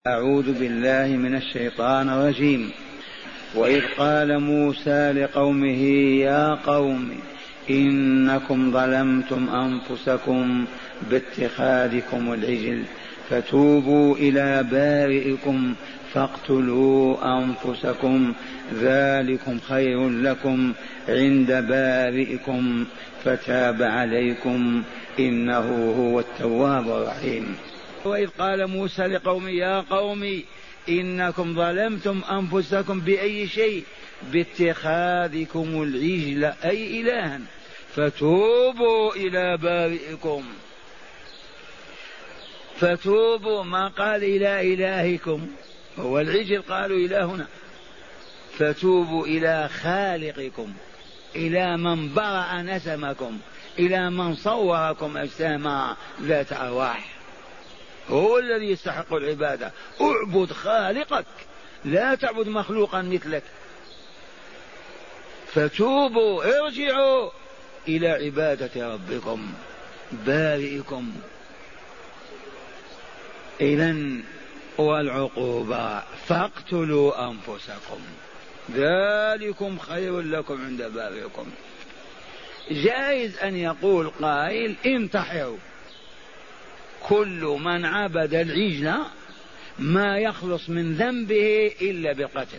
أعوذ بالله من الشيطان الرجيم. وإذ قال موسى لقومه يا قوم إنكم ظلمتم أنفسكم باتخاذكم العجل فتوبوا إلى بارئكم فاقتلوا أنفسكم ذلكم خير لكم عند بارئكم فتاب عليكم إنه هو التواب الرحيم. وإذ قال موسى لقومه يا قوم إنكم ظلمتم أنفسكم بأي شيء؟ باتخاذكم العجل أي إلها، فتوبوا إلى بارئكم. فتوبوا ما قال إلى إلهكم، هو العجل قالوا إلهنا. فتوبوا إلى خالقكم، إلى من برأ نسمكم، إلى من صوركم أجساما ذات أرواح، هو الذي يستحق العبادة. اعبد خالقك، لا تعبد مخلوقا مثلك. فتوبوا، ارجعوا إلى عبادة ربكم بارئكم. إذن والعقوبة فاقتلوا أنفسكم ذلكم خير لكم عند بارئكم. جائز أن يقول قائل انتحروا، كل من عبد العجل ما يخلص من ذنبه إلا بالقتل،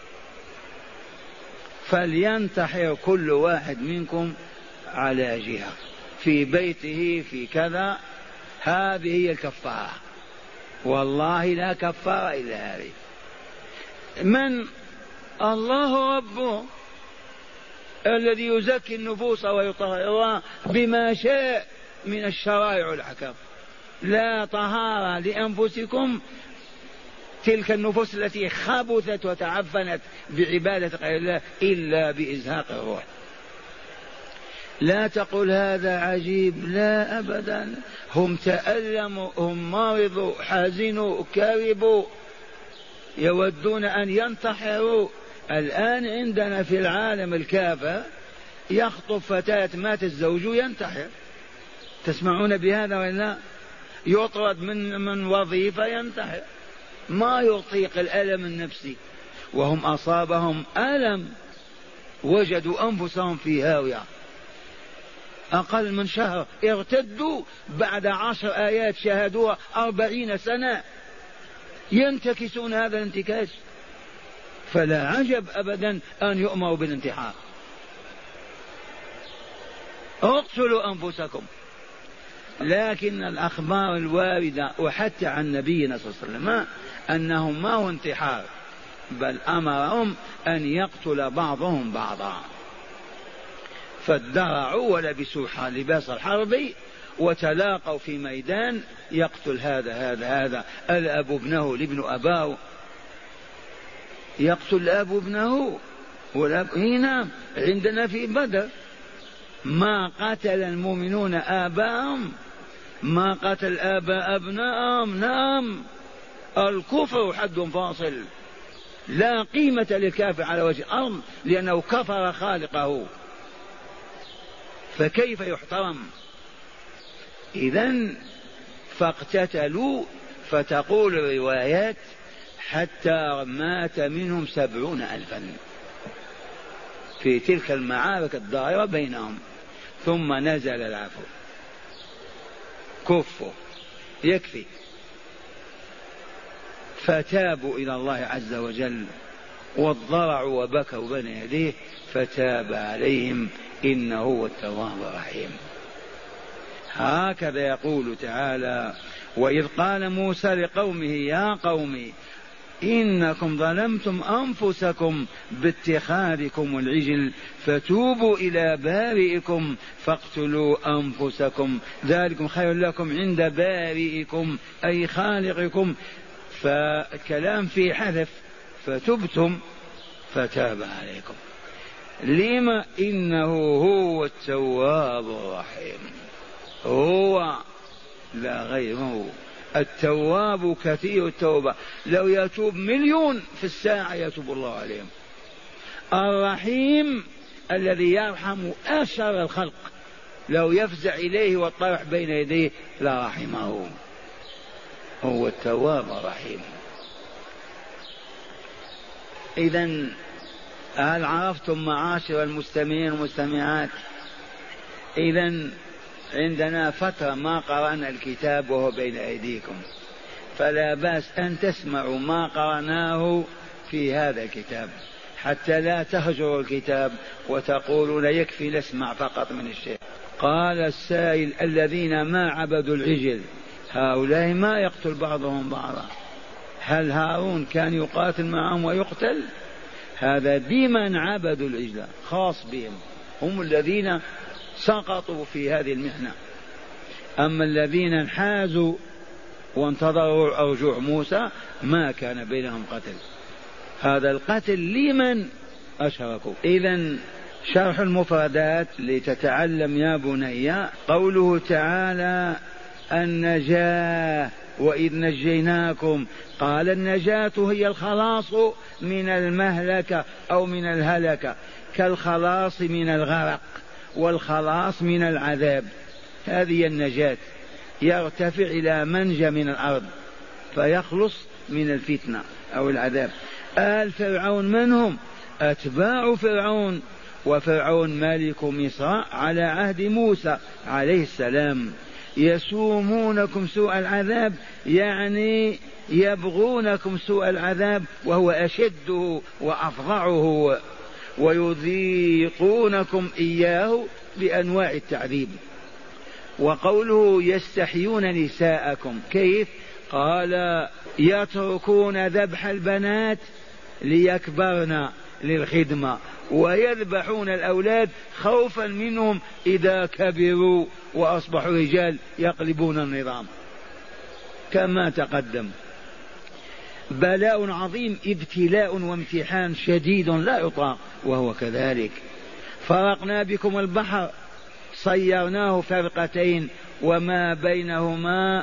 فلينتحر كل واحد منكم على جهة في بيته في كذا، هذه هي الكفارة. والله لا كفارة إلا هذه. من الله ربه الذي يزكي النفوس ويطهرها بما شاء من الشرائع والأحكام. لا طهارة لأنفسكم، تلك النفوس التي خبثت وتعفنت بعبادة غير الله إلا بإزهاق الروح. لا تقل هذا عجيب، لا أبدا. هم تألموا، هم مرضوا، حزنوا، كربوا، يودون أن ينتحروا. الآن عندنا في العالم الكافر يخطب فتاة مات الزوج ينتحر. تسمعون بهذا ولا؟ يطرد من وظيفة ينتحر، ما يطيق الألم النفسي. وهم أصابهم ألم، وجدوا أنفسهم في هاوية. أقل من شهر ارتدوا بعد 10 آيات شاهدوها 40 سنة ينتكسون هذا الانتكاس. فلا عجب أبدا أن يؤمروا بالانتحار. اقتلوا أنفسكم. لكن الأخبار الواردة وحتى عن نبينا صلى الله عليه وسلم أنهم ما هو انتحار، بل أمرهم أن يقتل بعضهم بعضا. فادرعوا ولبسوا لباس الحرب وتلاقوا في ميدان، يقتل هذا الأب ابنه، الابن أباه. يقتل الأب ابنه والأب هنا عندنا في بدر. ما قتل المؤمنون آباءهم، ما قتل الآباء أبناءهم. نعم، الكفر حد فاصل، لا قيمة للكافر على وجه الأرض لأنه كفر خالقه، فكيف يحترم؟ إذن فاقتتلوا. فتقول الروايات حتى مات منهم 70,000 في تلك المعارك الضارة بينهم. ثم نزل العفو، كفوا يكفي. فتابوا إلى الله عز وجل واضطرعوا وبكوا بين يديه فتاب عليهم إنه هو التواب الرحيم. هكذا يقول تعالى: وإذ قال موسى لقومه يا قوم إنكم ظلمتم أنفسكم باتخاذكم العجل فتوبوا إلى بارئكم فاقتلوا أنفسكم ذلكم خير لكم عند بارئكم أي خالقكم. فكلام في حذف، فتبتم فتاب عليكم. لما؟ إنه هو التواب الرحيم، هو لا غيره. التواب كثير التوبة، لو يتوب 1,000,000 في الساعة يتوب الله عليهم. الرحيم الذي يرحم أشر الخلق، لو يفزع إليه والطرح بين يديه لرحمه. هو التواب الرحيم. إذن هل عرفتم معاشر المستمعين والمستمعات؟ إذن عندنا فترة ما قرأنا الكتاب وهو بين أيديكم، فلا بأس أن تسمعوا ما قرأناه في هذا الكتاب حتى لا تهجروا الكتاب وتقولون يكفي نسمع فقط من الشيخ. قال السائل: الذين ما عبدوا العجل هؤلاء ما يقتل بعضهم بعضا، هل هارون كان يقاتل معهم ويقتل؟ هذا بمن عبدوا العجل خاص بهم، هم الذين سقطوا في هذه المحنة. أما الذين انحازوا وانتظروا رجوع موسى ما كان بينهم قتل، هذا القتل لمن أشركوا. إذن شرح المفردات لتتعلم يا بني. قوله تعالى: النجاة وإذ نجيناكم، قال النجاة هي الخلاص من المهلكة أو من الهلكة، كالخلاص من الغرق والخلاص من العذاب، هذه النجاة، يرتفع إلى منجى من الأرض فيخلص من الفتنة أو العذاب. آل فرعون من هم؟ أتباع فرعون، وفرعون مالك مصر على عهد موسى عليه السلام. يسومونكم سوء العذاب يعني يبغونكم سوء العذاب وهو أشده وأفظعه، ويذيقونكم إياه بأنواع التعذيب. وقوله يستحيون نساءكم، كيف؟ قال: يتركون ذبح البنات ليكبرن للخدمة، ويذبحون الأولاد خوفا منهم إذا كبروا وأصبحوا رجال يقلبون النظام كما تقدم. بلاء عظيم، ابتلاء وامتحان شديد لا يطاق، وهو كذلك. فرقنا بكم البحر، صيرناه فرقتين، وما بينهما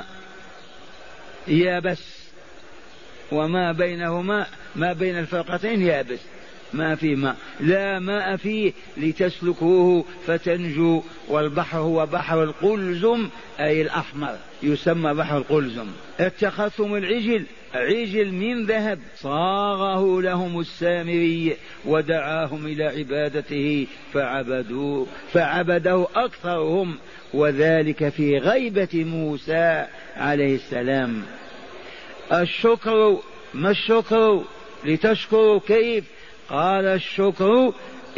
يابس، وما بينهما ما بين الفرقتين يابس، ما في ماء، لا ماء فيه لتسلكوه فتنجو. والبحر هو بحر القلزم أي الأحمر، يسمى بحر القلزم. اتخذتم العجل، عجل من ذهب، صاغه لهم السامري ودعاهم إلى عبادته فعبده أكثرهم، وذلك في غيبة موسى عليه السلام. الشكر، ما الشكر؟ لتشكروا، كيف؟ قال: الشكر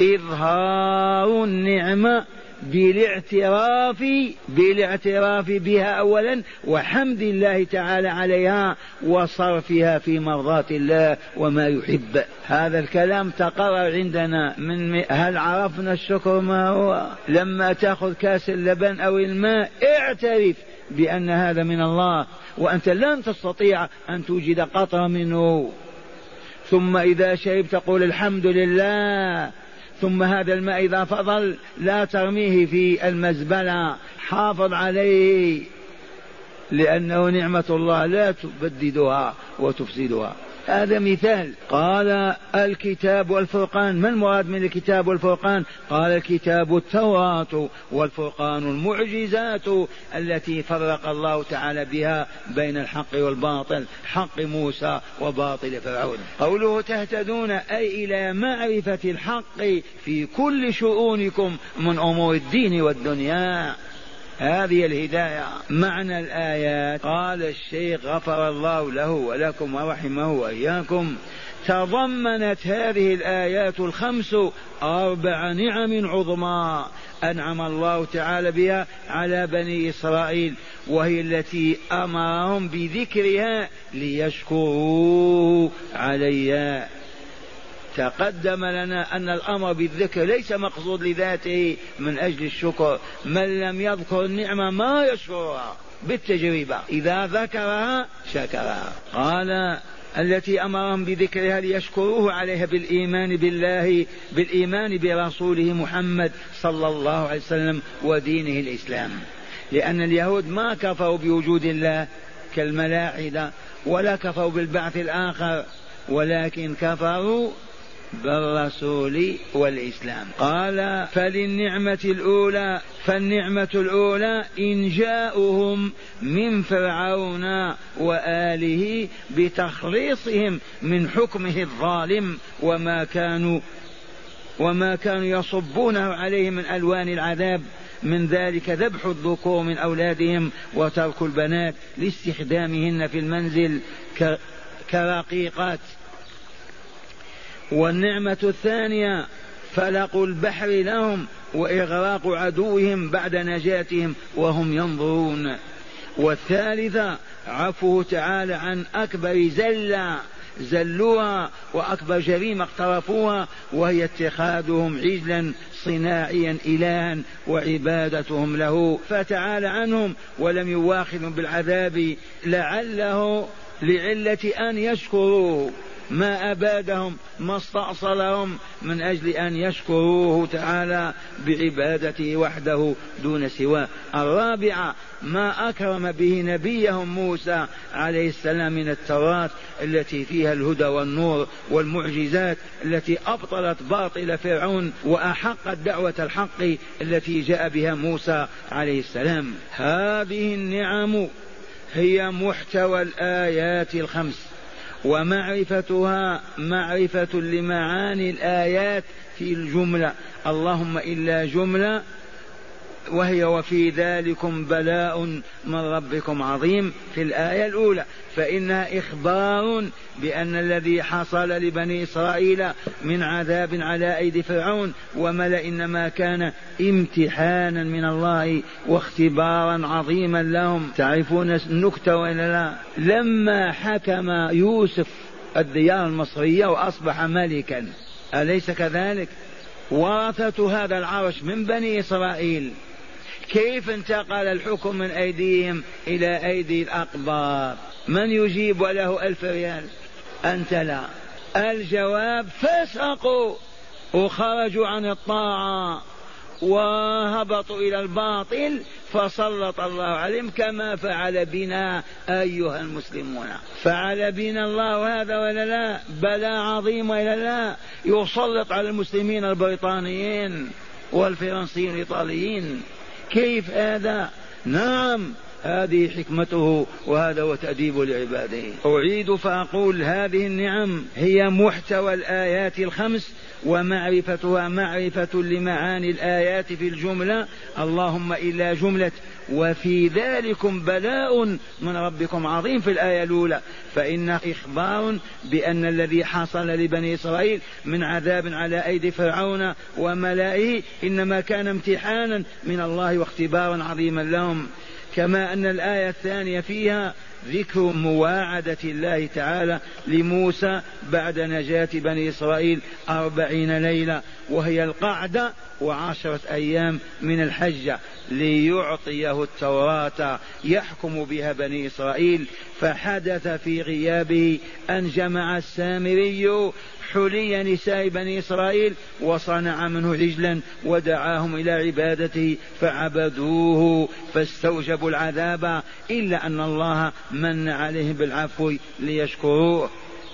إظهار النعمة بالاعتراف بها أولا، وحمد الله تعالى عليها، وصرفها في مرضاة الله وما يحب. هذا الكلام تقرر عندنا هل عرفنا الشكر ما هو؟ لما تأخذ كاس اللبن أو الماء اعترف بأن هذا من الله، وأنت لن تستطيع أن توجد قطرة منه. ثم إذا شربت تقول الحمد لله. ثم هذا الماء إذا فضل لا ترميه في المزبلة، حافظ عليه، لأنه نعمة الله لا تبددها وتفسدها. هذا مثال. قال: الكتاب والفرقان، ما المراد من الكتاب والفرقان؟ قال: الكتاب التوراة، والفرقان المعجزات التي فرق الله تعالى بها بين الحق والباطل، حق موسى وباطل فرعون. قوله تهتدون أي إلى معرفة الحق في كل شؤونكم من أمور الدين والدنيا، هذه الهداية. معنى الآيات، قال الشيخ غفر الله له ولكم ورحمه وإياكم: تضمنت هذه الآيات الخمس 4 نعم عظمى أنعم الله تعالى بها على بني إسرائيل، وهي التي أمرهم بذكرها ليشكروا عليها. تقدم لنا أن الأمر بالذكر ليس مقصود لذاته من أجل الشكر، من لم يذكر النعمة ما يشكرها بالتجربة، إذا ذكرها شكرها. قال: التي أمرهم بذكرها ليشكروه عليها بالإيمان بالله، بالإيمان برسوله محمد صلى الله عليه وسلم ودينه الإسلام. لأن اليهود ما كفروا بوجود الله كالملاحدة، ولا كفروا بالبعث الآخر، ولكن كفروا بالرسول والإسلام. قال فالنعمة الأولى إنجاؤهم من فرعون وآله بتخليصهم من حكمه الظالم وما كانوا يصبونه عليه من ألوان العذاب، من ذلك ذبح الذكور من أولادهم وترك البنات لاستخدامهن في المنزل كرقيقات. والنعمة الثانية فلق البحر لهم وإغراق عدوهم بعد نجاتهم وهم ينظرون. والثالثة عفوه تعالى عن أكبر زلوها وأكبر جريمة اقترفوها، وهي اتخاذهم عجلا صناعيا إلها وعبادتهم له، فتعالى عنهم ولم يواخذهم بالعذاب لعلة أن يشكروه، ما أبادهم ما استأصلهم من أجل أن يشكروه تعالى بعبادته وحده دون سواه. الرابعة ما أكرم به نبيهم موسى عليه السلام من التوراة التي فيها الهدى والنور والمعجزات التي أبطلت باطل فرعون وأحقت دعوة الحق التي جاء بها موسى عليه السلام. هذه النعم هي محتوى الآيات الخمس، ومعرفتها معرفة لمعاني الآيات في الجملة، اللهم إلا جملة، وهي وفي ذلكم بلاء من ربكم عظيم في الآية الأولى، فإنها إخبار بأن الذي حصل لبني إسرائيل من عذاب على أيدي فرعون وملأ إنما كان امتحانا من الله واختبارا عظيما لهم. تعرفون النكتة وإلا لا؟ لما حكم يوسف الديار المصرية وأصبح ملكا، أليس كذلك؟ ورثة هذا العرش من بني إسرائيل، كيف انتقل الحكم من أيديهم إلى أيدي الأقباط؟ من يجيب وله 1000 ريال؟ أنت لا. الجواب فسقوا وخرجوا عن الطاعة وهبطوا إلى الباطل فسلط الله عليهم كما فعل بنا أيها المسلمون. فعل بنا الله هذا ولا لا؟ بلاء عظيم ولا لا؟ يسلط على المسلمين البريطانيين والفرنسيين الإيطاليين. كيف هذا؟ نعم، هذه حكمته وهذا هو تأديب لعباده. أعيد فأقول هذه النعم هي محتوى الآيات الخمس، ومعرفتها معرفة لمعاني الآيات في الجملة، اللهم إلا جملة وفي ذلكم بلاء من ربكم عظيم في الآية الأولى، فإن إخبار بأن الذي حصل لبني إسرائيل من عذاب على أيدي فرعون وملائه إنما كان امتحانا من الله واختبارا عظيما لهم. كما أن الآية الثانية فيها ذكر مواعدة الله تعالى لموسى بعد نجاة بني إسرائيل 40 ليلة، وهي القعدة و10 أيام من الحجة، ليعطيه التوراة يحكم بها بني إسرائيل. فحدث في غيابه أن جمع السامري حلي نساء بني إسرائيل وصنع منه عجلا ودعاهم إلى عبادته فعبدوه فاستوجبوا العذاب، إلا أن الله من عليهم بالعفو ليشكروه.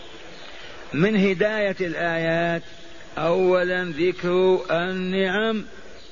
من هداية الآيات أولا ذكر النعم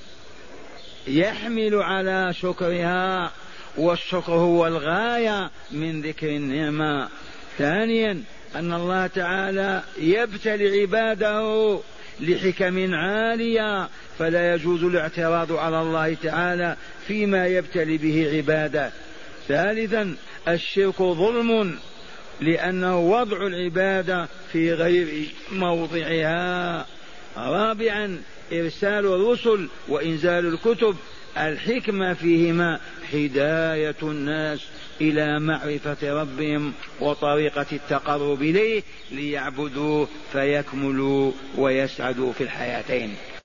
يحمل على شكرها، والشكر هو الغاية من ذكر النعمة. ثانيا أن الله تعالى يبتلي عباده لحكم عالية، فلا يجوز الاعتراض على الله تعالى فيما يبتلي به عباده. ثالثا الشرك ظلم، لأنه وضع العبادة في غير موضعها. رابعا إرسال الرسل وإنزال الكتب، الحكمة فيهما هداية الناس إلى معرفة ربهم وطريقة التقرب إليه ليعبدوه فيكملوا ويسعدوا في الحياتين.